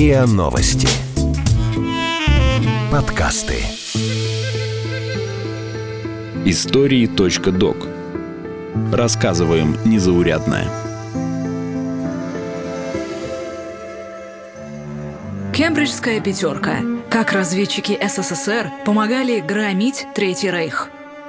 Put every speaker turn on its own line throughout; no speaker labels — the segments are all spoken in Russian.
РИА Новости. Подкасты.
Истории.док. Рассказываем незаурядное.
Кембриджская пятерка. Как разведчики СССР помогали громить Третий Рейх.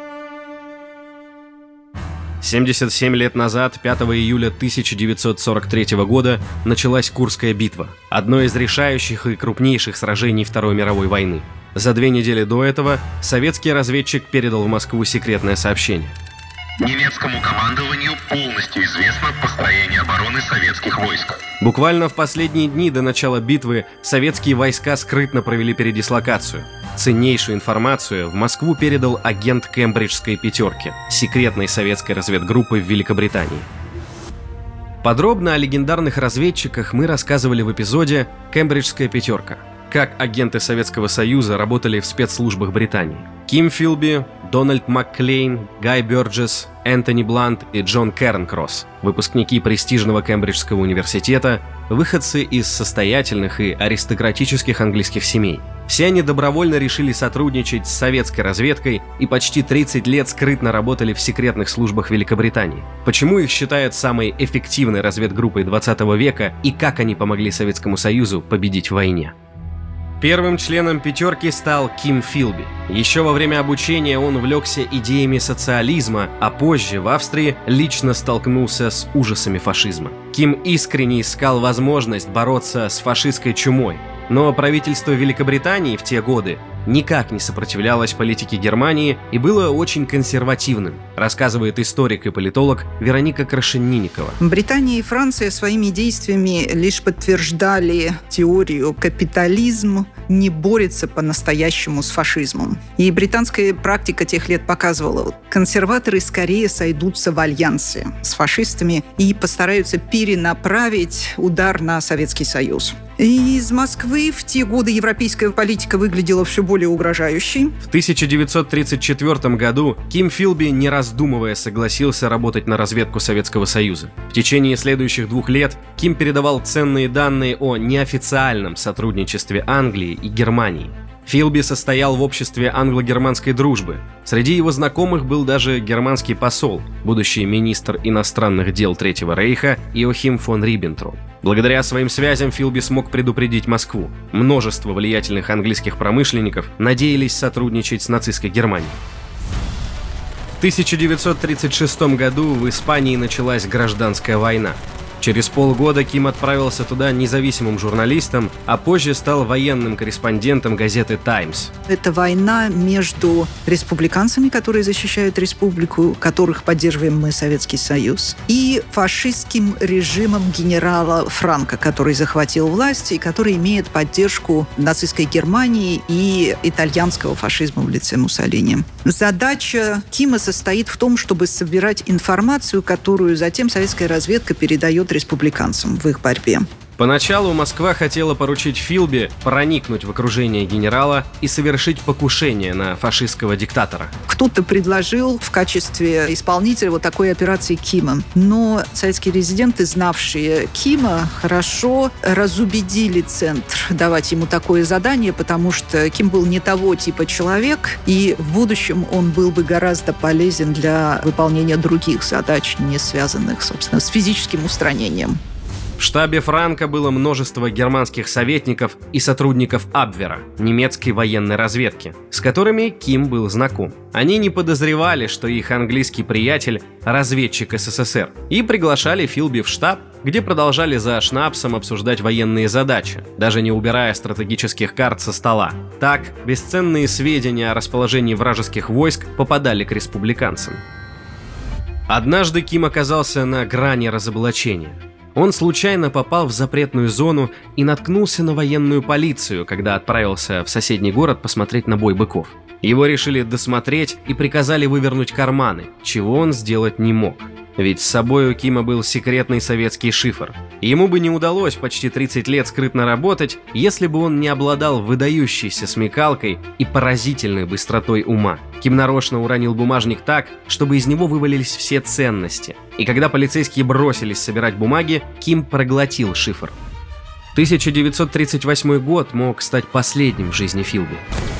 77 лет назад, 5 июля 1943 года, началась Курская битва, одно из решающих и крупнейших сражений Второй мировой войны. За 2 недели до этого советский разведчик передал в Москву секретное сообщение.
Немецкому командованию полностью известно построение обороны советских войск.
Буквально в последние дни до начала битвы советские войска скрытно провели передислокацию. Ценнейшую информацию в Москву передал агент Кембриджской пятерки, секретной советской разведгруппы в Великобритании. Подробно о легендарных разведчиках мы рассказывали в эпизоде «Кембриджская пятерка». Как агенты Советского Союза работали в спецслужбах Британии. Ким Филби, Дональд Макклейн, Гай Бёрджес, Энтони Блант и Джон Кернкросс, выпускники престижного Кембриджского университета, выходцы из состоятельных и аристократических английских семей. Все они добровольно решили сотрудничать с советской разведкой и почти 30 лет скрытно работали в секретных службах Великобритании. Почему их считают самой эффективной разведгруппой 20 века и как они помогли Советскому Союзу победить в войне? Первым членом пятерки стал Ким Филби. Еще во время обучения он увлекся идеями социализма, а позже в Австрии лично столкнулся с ужасами фашизма. Ким искренне искал возможность бороться с фашистской чумой. Но правительство Великобритании в те годы никак не сопротивлялось политике Германии и было очень консервативным, рассказывает историк и политолог Вероника Крашенинникова.
Британия и Франция своими действиями лишь подтверждали теорию «капитализм не борется по-настоящему с фашизмом». И британская практика тех лет показывала, консерваторы скорее сойдутся в альянсе с фашистами и постараются перенаправить удар на Советский Союз. И из Москвы в те годы европейская политика выглядела все более угрожающей.
В 1934 году Ким Филби, не раздумывая, согласился работать на разведку Советского Союза. В течение следующих 2 лет Ким передавал ценные данные о неофициальном сотрудничестве Англии и Германии. Филби состоял в обществе англо-германской дружбы. Среди его знакомых был даже германский посол, будущий министр иностранных дел Третьего Рейха Иохим фон Риббентроп. Благодаря своим связям Филби смог предупредить Москву. Множество влиятельных английских промышленников надеялись сотрудничать с нацистской Германией. В 1936 году в Испании началась гражданская война. Через полгода Ким отправился туда независимым журналистом, а позже стал военным корреспондентом газеты «Таймс».
Это война между республиканцами, которые защищают республику, которых поддерживаем мы, Советский Союз, и фашистским режимом генерала Франко, который захватил власть и который имеет поддержку нацистской Германии и итальянского фашизма в лице Муссолини. Задача Кима состоит в том, чтобы собирать информацию, которую затем советская разведка передает республиканцам в их борьбе.
Поначалу Москва хотела поручить Филби проникнуть в окружение генерала и совершить покушение на фашистского диктатора.
Кто-то предложил в качестве исполнителя вот такой операции Кима. Но советские резиденты, знавшие Кима, хорошо разубедили Центр давать ему такое задание, потому что Ким был не того типа человек, и в будущем он был бы гораздо полезен для выполнения других задач, не связанных, собственно, с физическим устранением.
В штабе Франко было множество германских советников и сотрудников Абвера, немецкой военной разведки, с которыми Ким был знаком. Они не подозревали, что их английский приятель – разведчик СССР, и приглашали Филби в штаб, где продолжали за шнапсом обсуждать военные задачи, даже не убирая стратегических карт со стола. Так, бесценные сведения о расположении вражеских войск попадали к республиканцам. Однажды Ким оказался на грани разоблачения. Он случайно попал в запретную зону и наткнулся на военную полицию, когда отправился в соседний город посмотреть на бой быков. Его решили досмотреть и приказали вывернуть карманы, чего он сделать не мог. Ведь с собой у Кима был секретный советский шифр. Ему бы не удалось почти 30 лет скрытно работать, если бы он не обладал выдающейся смекалкой и поразительной быстротой ума. Ким нарочно уронил бумажник так, чтобы из него вывалились все ценности. И когда полицейские бросились собирать бумаги, Ким проглотил шифр. 1938 год мог стать последним в жизни Филби.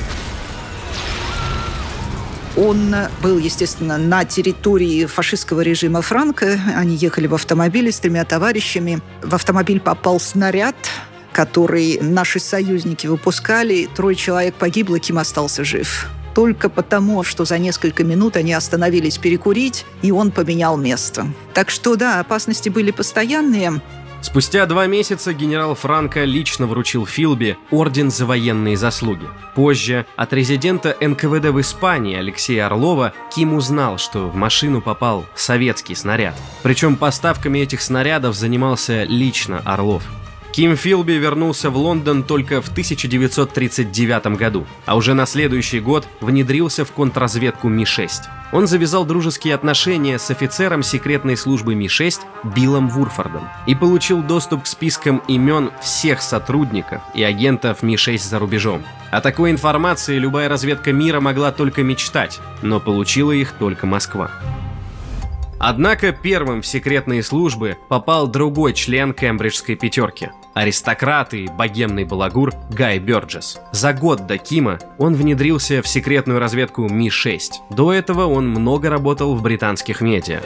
Он был, естественно, на территории фашистского режима Франко. Они ехали в автомобиле с 3 товарищами. В автомобиль попал снаряд, который наши союзники выпускали. 3 человек погибло, Ким остался жив. Только потому, что за несколько минут они остановились перекурить, и он поменял место. Так что, да, опасности были постоянные.
Спустя 2 месяца генерал Франко лично вручил Филби орден за военные заслуги. Позже от резидента НКВД в Испании Алексея Орлова Ким узнал, что в машину попал советский снаряд. Причем поставками этих снарядов занимался лично Орлов. Ким Филби вернулся в Лондон только в 1939 году, а уже на следующий год внедрился в контрразведку Ми-6. Он завязал дружеские отношения с офицером секретной службы Ми-6 Биллом Вурфордом и получил доступ к спискам имен всех сотрудников и агентов Ми-6 за рубежом. О такой информации любая разведка мира могла только мечтать, но получила их только Москва. Однако первым в секретные службы попал другой член Кембриджской пятерки – аристократ и богемный балагур Гай Бёрджесс. За год до Кима он внедрился в секретную разведку Ми-6. До этого он много работал в британских медиа.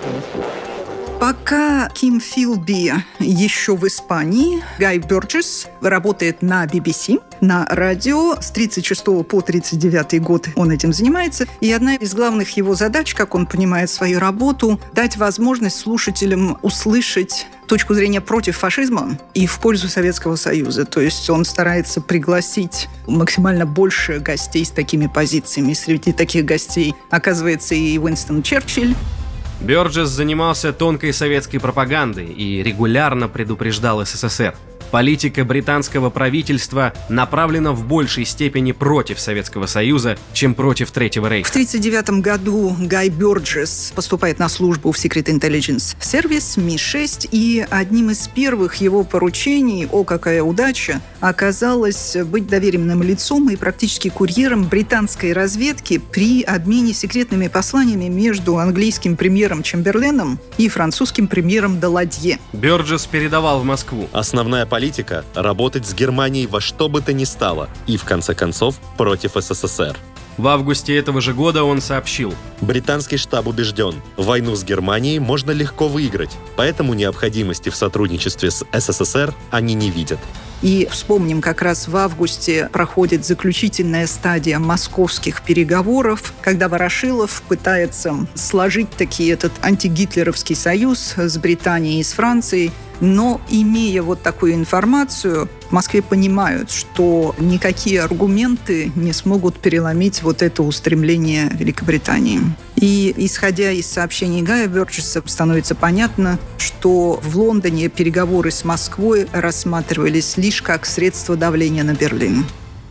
Пока Ким Филби еще в Испании, Гай Бёрджесс работает на BBC, на радио. С 1936 по 1939 год он этим занимается. И одна из главных его задач, как он понимает свою работу, дать возможность слушателям услышать точку зрения против фашизма и в пользу Советского Союза. То есть он старается пригласить максимально больше гостей с такими позициями. Среди таких гостей оказывается и Уинстон Черчилль.
Бёрджесс занимался тонкой советской пропагандой и регулярно предупреждал СССР. Политика британского правительства направлена в большей степени против Советского Союза, чем против Третьего Рейха.
В 1939 году Гай Бёрджесс поступает на службу в Secret Intelligence Service Ми-6, и одним из первых его поручений, о какая удача, оказалось быть доверенным лицом и практически курьером британской разведки при обмене секретными посланиями между английским премьером Чемберленом и французским премьером Даладье.
Бёрджесс передавал в Москву:
основная политика – работать с Германией во что бы то ни стало и, в конце концов, против СССР.
В августе этого же года он сообщил:
британский штаб убежден, войну с Германией можно легко выиграть, поэтому необходимости в сотрудничестве с СССР они не видят.
И вспомним, как раз в августе проходит заключительная стадия московских переговоров, когда Ворошилов пытается сложить таки этот антигитлеровский союз с Британией и с Францией. Но, имея вот такую информацию, в Москве понимают, что никакие аргументы не смогут переломить вот это устремление Великобритании. И, исходя из сообщений Гая Бёрджесса, становится понятно, что в Лондоне переговоры с Москвой рассматривались лишь как средство давления на Берлин.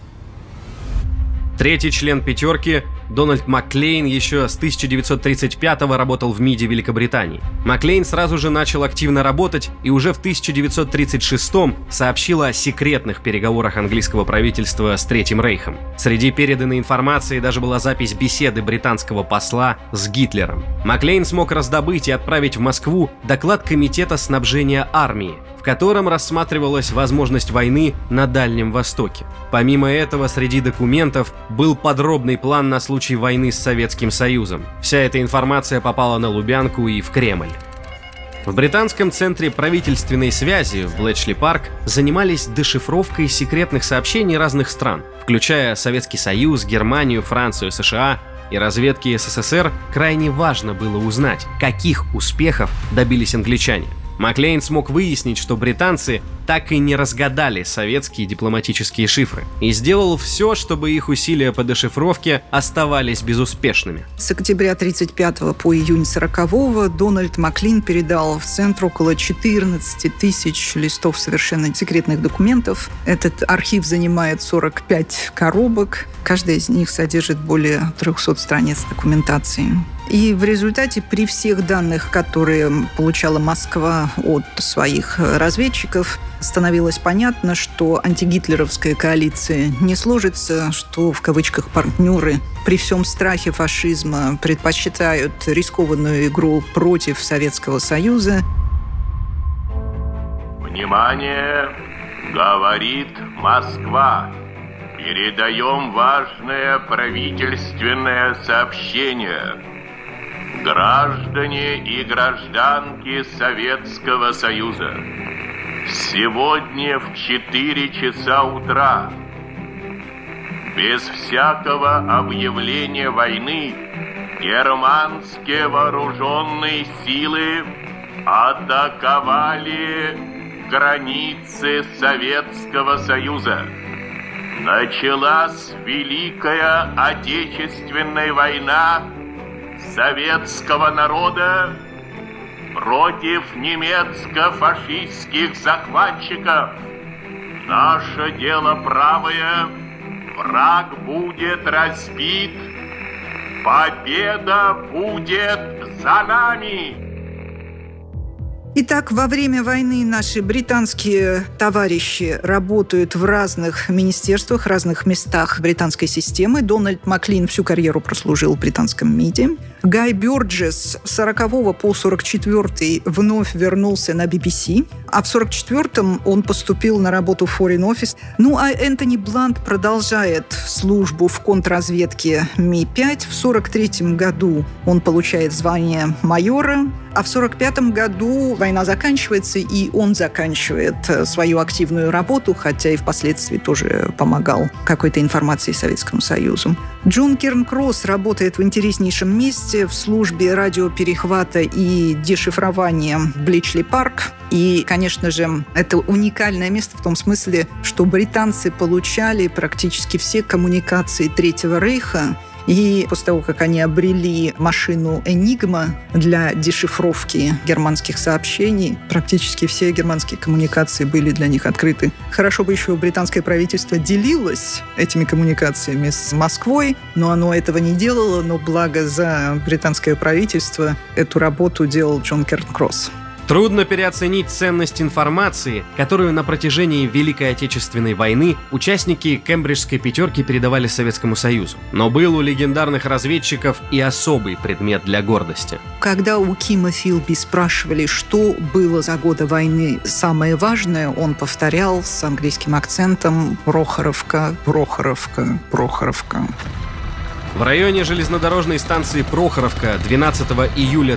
Третий член пятерки, Дональд Макклейн, еще с 1935-го работал в МИДе Великобритании. Макклейн сразу же начал активно работать и уже в 1936-м сообщил о секретных переговорах английского правительства с Третьим Рейхом. Среди переданной информации даже была запись беседы британского посла с Гитлером. Макклейн смог раздобыть и отправить в Москву доклад Комитета снабжения армии, в котором рассматривалась возможность войны на Дальнем Востоке. Помимо этого, среди документов был подробный план на случай войны с Советским Союзом. Вся эта информация попала на Лубянку и в Кремль. В британском центре правительственной связи в Блэчли-парк занимались дешифровкой секретных сообщений разных стран, включая Советский Союз, Германию, Францию, США и разведки СССР. Крайне важно было узнать, каких успехов добились англичане. Макклейн смог выяснить, что британцы так и не разгадали советские дипломатические шифры, и сделал все, чтобы их усилия по дешифровке оставались безуспешными.
С октября 1935 по июнь 1940 Дональд Макклейн передал в Центр около 14 тысяч листов совершенно секретных документов. Этот архив занимает 45 коробок. Каждая из них содержит более 300 страниц документации. И в результате при всех данных, которые получала Москва от своих разведчиков, становилось понятно, что антигитлеровская коалиция не сложится, что, в кавычках, партнеры при всем страхе фашизма предпочитают рискованную игру против Советского Союза.
Внимание!
Говорит Москва. Передаем важное правительственное сообщение. Граждане и гражданки Советского Союза, сегодня в 4 часа утра, без всякого объявления войны, германские вооруженные силы атаковали границы Советского Союза. Началась Великая Отечественная война советского народа против немецко-фашистских захватчиков. Наше дело правое, враг будет разбит, победа будет за нами.
Итак, во время войны наши британские товарищи работают в разных министерствах, разных местах британской системы. Дональд Маклин всю карьеру прослужил в британском МИДе. Гай Бёрджес с 40 по 44 вновь вернулся на BBC, а в 44-м он поступил на работу в Foreign Office. Ну, а Энтони Блант продолжает службу в контрразведке Ми-5. В 43-м году он получает звание майора, а в 45-м году война заканчивается, и он заканчивает свою активную работу, хотя и впоследствии тоже помогал какой-то информации Советскому Союзу. Джон Кернкросс работает в интереснейшем месте в службе радиоперехвата и дешифрования в Бличли-парк. И, конечно же, это уникальное место в том смысле, что британцы получали практически все коммуникации Третьего Рейха. И после того, как они обрели машину «Энигма» для дешифровки германских сообщений, практически все германские коммуникации были для них открыты. Хорошо бы еще британское правительство делилось этими коммуникациями с Москвой, но оно этого не делало, но благо за британское правительство эту работу делал Джон Кернкросс.
Трудно переоценить ценность информации, которую на протяжении Великой Отечественной войны участники Кембриджской пятерки передавали Советскому Союзу. Но был у легендарных разведчиков и особый предмет для гордости.
Когда у Кима Филби спрашивали, что было за годы войны самое важное, он повторял с английским акцентом «Прохоровка, Прохоровка, Прохоровка».
В районе железнодорожной станции Прохоровка 12 июля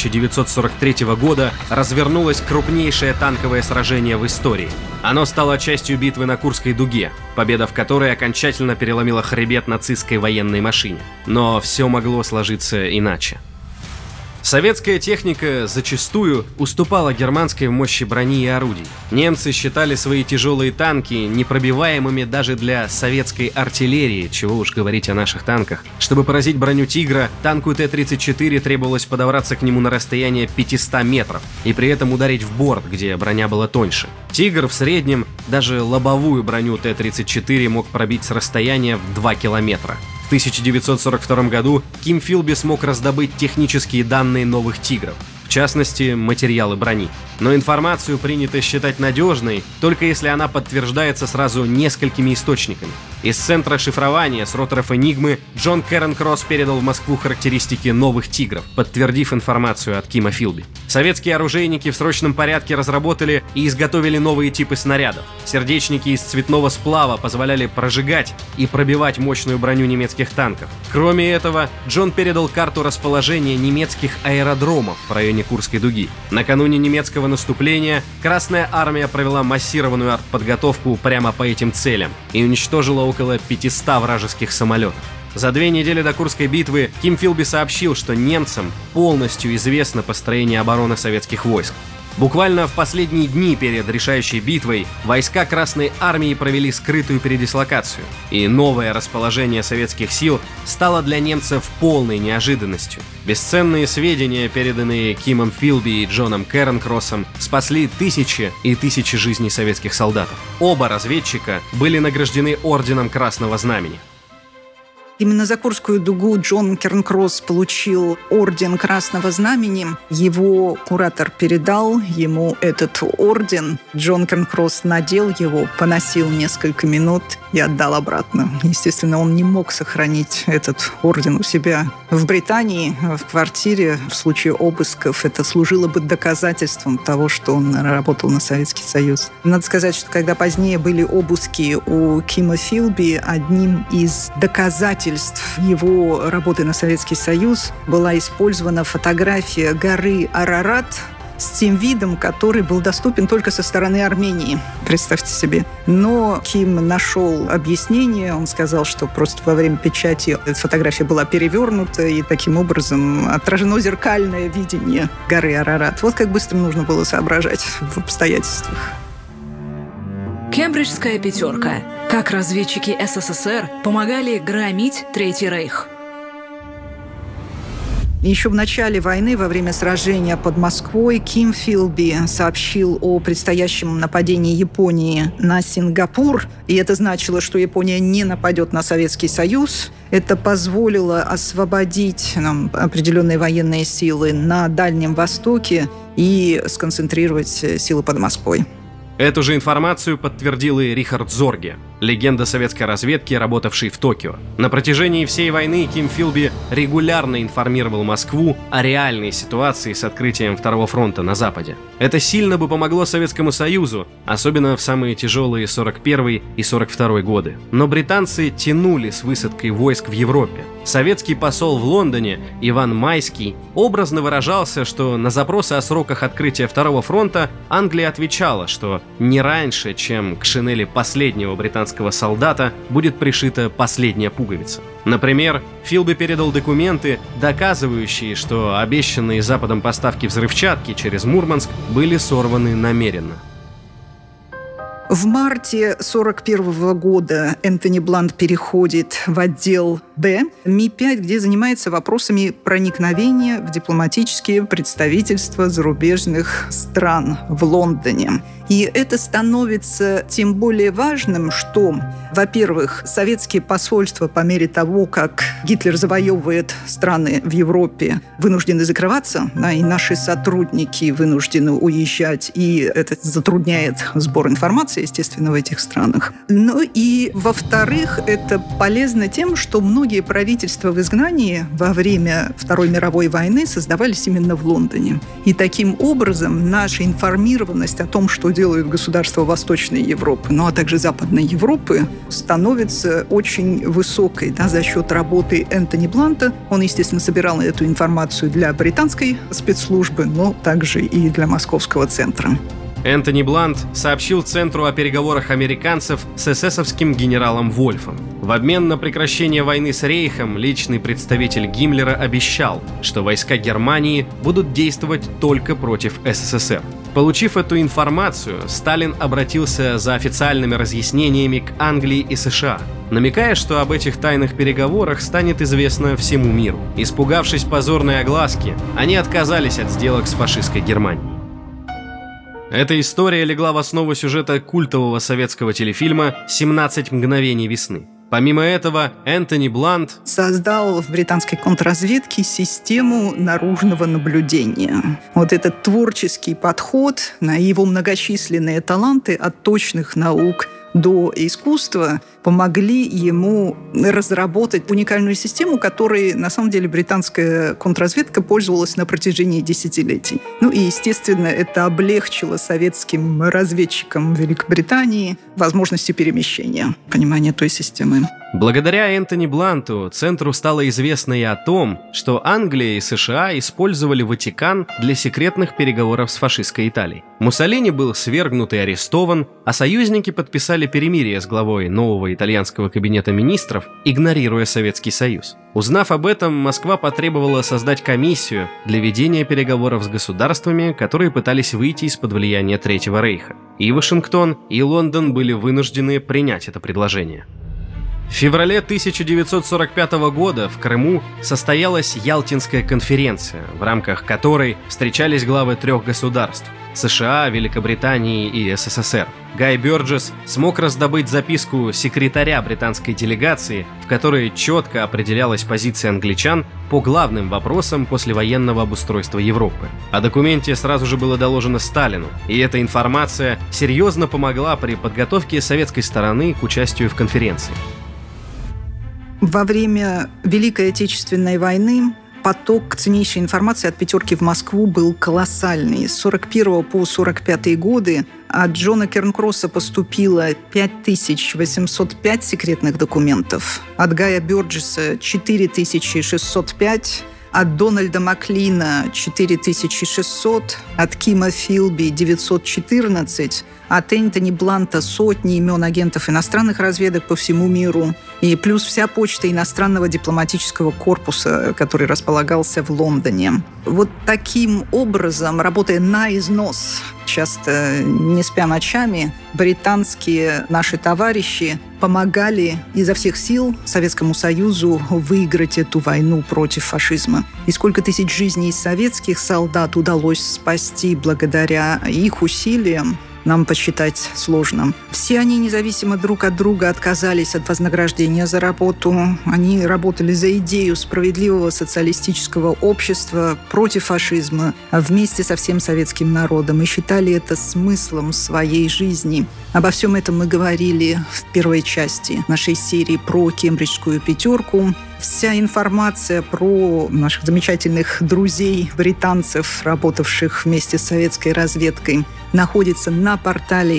1943 года развернулось крупнейшее танковое сражение в истории. Оно стало частью битвы на Курской дуге, победа в которой окончательно переломила хребет нацистской военной машине. Но все могло сложиться иначе. Советская техника зачастую уступала германской в мощи брони и орудий. Немцы считали свои тяжелые танки непробиваемыми даже для советской артиллерии, чего уж говорить о наших танках. Чтобы поразить броню «Тигра», танку Т-34 требовалось подобраться к нему на расстояние 500 метров и при этом ударить в борт, где броня была тоньше. «Тигр» в среднем даже лобовую броню Т-34 мог пробить с расстояния в 2 километра. В 1942 году Ким Филби смог раздобыть технические данные новых «Тигров», в частности, материалы брони. Но информацию принято считать надежной, только если она подтверждается сразу несколькими источниками. Из центра шифрования с роторов «Энигмы» Джон Кернкросс передал в Москву характеристики новых «Тигров», подтвердив информацию от Кима Филби. Советские оружейники в срочном порядке разработали и изготовили новые типы снарядов. Сердечники из цветного сплава позволяли прожигать и пробивать мощную броню немецких танков. Кроме этого, Джон передал карту расположения немецких аэродромов в районе Курской дуги. Накануне немецкого наступления Красная армия провела массированную артподготовку прямо по этим целям и уничтожила около 500 вражеских самолетов. За 2 недели до Курской битвы Ким Филби сообщил, что немцам полностью известно построение обороны советских войск. Буквально в последние дни перед решающей битвой войска Красной армии провели скрытую передислокацию, и новое расположение советских сил стало для немцев полной неожиданностью. Бесценные сведения, переданные Кимом Филби и Джоном Кернкроссом, спасли тысячи и тысячи жизней советских солдатов. Оба разведчика были награждены орденом Красного Знамени.
Именно за Курскую дугу Джон Кернкросс получил орден Красного Знамени. Его куратор передал ему этот орден. Джон Кернкросс надел его, поносил несколько минут и отдал обратно. Естественно, он не мог сохранить этот орден у себя в Британии, в квартире. В случае обысков это служило бы доказательством того, что он работал на Советский Союз. Надо сказать, что когда позднее были обыски у Кима Филби, одним из доказательств его работы на Советский Союз была использована фотография горы Арарат с тем видом, который был доступен только со стороны Армении. Представьте себе. Но Ким нашел объяснение. Он сказал, что просто во время печати эта фотография была перевернута, и таким образом отражено зеркальное видение горы Арарат. Вот как быстро нужно было соображать в обстоятельствах.
Кембриджская пятерка. Как разведчики СССР помогали громить Третий Рейх.
Еще в начале войны, во время сражения под Москвой, Ким Филби сообщил о предстоящем нападении Японии на Сингапур. И это значило, что Япония не нападет на Советский Союз. Это позволило освободить определенные военные силы на Дальнем Востоке и сконцентрировать силы под Москвой.
Эту же информацию подтвердил и Рихард Зорге, легенда советской разведки, работавший в Токио. На протяжении всей войны Ким Филби регулярно информировал Москву о реальной ситуации с открытием Второго фронта на Западе. Это сильно бы помогло Советскому Союзу, особенно в самые тяжелые 41 и 42 годы. Но британцы тянули с высадкой войск в Европе. Советский посол в Лондоне Иван Майский образно выражался, что на запросы о сроках открытия Второго фронта Англия отвечала, что не раньше, чем к шинели последнего британского солдата будет пришита последняя пуговица. Например, Филби передал документы, доказывающие, что обещанные Западом поставки взрывчатки через Мурманск были сорваны намеренно.
В марте 1941 года Энтони Блант переходит в отдел Б Ми-5, где занимается вопросами проникновения в дипломатические представительства зарубежных стран в Лондоне. И это становится тем более важным, что, во-первых, советские посольства по мере того, как Гитлер завоевывает страны в Европе, вынуждены закрываться, и наши сотрудники вынуждены уезжать, и это затрудняет сбор информации, естественно, в этих странах. Ну и, во-вторых, это полезно тем, что многие правительства в изгнании во время Второй мировой войны создавались именно в Лондоне. И таким образом наша информированность о том, что делают государства Восточной Европы, а также Западной Европы, становится очень высокой за счет работы Энтони Бланта. Он, естественно, собирал эту информацию для британской спецслужбы, но также и для московского центра.
Энтони Блант сообщил Центру о переговорах американцев с эсэсовским генералом Вольфом. В обмен на прекращение войны с Рейхом личный представитель Гиммлера обещал, что войска Германии будут действовать только против СССР. Получив эту информацию, Сталин обратился за официальными разъяснениями к Англии и США, намекая, что об этих тайных переговорах станет известно всему миру. Испугавшись позорной огласки, они отказались от сделок с фашистской Германией. Эта история легла в основу сюжета культового советского телефильма «17 мгновений весны». Помимо этого, Энтони Блант
создал в британской контрразведке систему наружного наблюдения. Вот этот творческий подход, его многочисленные таланты от точных наук до искусства помогли ему разработать уникальную систему, которой, на самом деле, британская контрразведка пользовалась на протяжении десятилетий. И, естественно, это облегчило советским разведчикам Великобритании возможности перемещения, понимания той системы.
Благодаря Энтони Бланту Центру стало известно и о том, что Англия и США использовали Ватикан для секретных переговоров с фашистской Италией. Муссолини был свергнут и арестован, а союзники подписали перемирие с главой нового итальянского кабинета министров, игнорируя Советский Союз. Узнав об этом, Москва потребовала создать комиссию для ведения переговоров с государствами, которые пытались выйти из-под влияния Третьего Рейха. И Вашингтон, и Лондон были вынуждены принять это предложение. В феврале 1945 года в Крыму состоялась Ялтинская конференция, в рамках которой встречались главы 3 государств – США, Великобритании и СССР. Гай Бёрджесс смог раздобыть записку секретаря британской делегации, в которой четко определялась позиция англичан по главным вопросам послевоенного обустройства Европы. О документе сразу же было доложено Сталину, и эта информация серьезно помогла при подготовке советской стороны к участию в конференции.
Во время Великой Отечественной войны поток ценнейшей информации от «Пятерки» в Москву был колоссальный. С 1941 по 1945 годы от Джона Кернкросса поступило 5805 секретных документов, от Гая Бёрджесса 4605, от Дональда Маклина 4600, от Кима Филби 914, от Энтони Бланта сотни имен агентов иностранных разведок по всему миру, и плюс вся почта иностранного дипломатического корпуса, который располагался в Лондоне. Вот таким образом, работая на износ, часто не спя ночами, британские наши товарищи помогали изо всех сил Советскому Союзу выиграть эту войну против фашизма. И сколько тысяч жизней советских солдат удалось спасти благодаря их усилиям, нам посчитать сложно. Все они независимо друг от друга отказались от вознаграждения за работу. Они работали за идею справедливого социалистического общества против фашизма вместе со всем советским народом и считали это смыслом своей жизни. Обо всем этом мы говорили в первой части нашей серии про Кембриджскую пятерку. Вся информация про наших замечательных друзей, британцев, работавших вместе с советской разведкой, находится на портале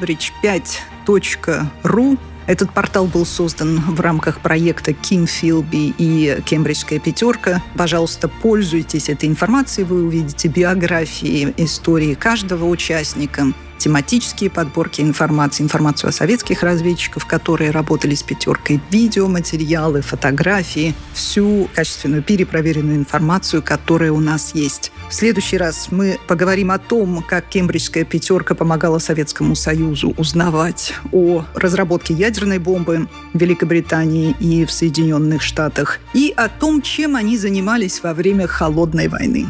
cambridge5.ru. Этот портал был создан в рамках проекта Ким Филби и Кембриджская пятерка. Пожалуйста, пользуйтесь этой информацией. Вы увидите биографии, истории каждого участника, тематические подборки информации, информацию о советских разведчиках, которые работали с пятеркой, видеоматериалы, фотографии, всю качественную, перепроверенную информацию, которая у нас есть. В следующий раз мы поговорим о том, как Кембриджская пятерка помогала Советскому Союзу узнавать о разработке ядерной бомбы в Великобритании и в Соединенных Штатах, и о том, чем они занимались во время Холодной войны.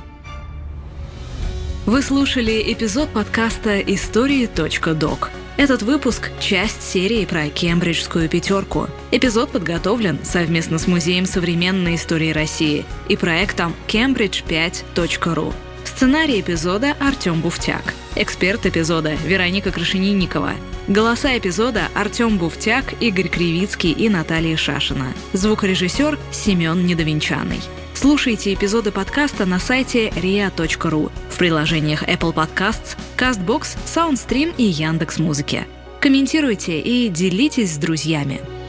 Вы слушали эпизод подкаста «Истории.док». Этот выпуск – часть серии про Кембриджскую пятерку. Эпизод подготовлен совместно с Музеем современной истории России и проектом cambridge5.ru. Сценарий эпизода – Артем Буфтяк. Эксперт эпизода – Вероника Крашенинникова. Голоса эпизода – Артем Буфтяк, Игорь Кривицкий и Наталья Шашина. Звукорежиссер – Семен Недовенчанный. Слушайте эпизоды подкаста на сайте ria.ru, в приложениях Apple Podcasts, CastBox, SoundStream и Яндекс.Музыки. Комментируйте и делитесь с друзьями.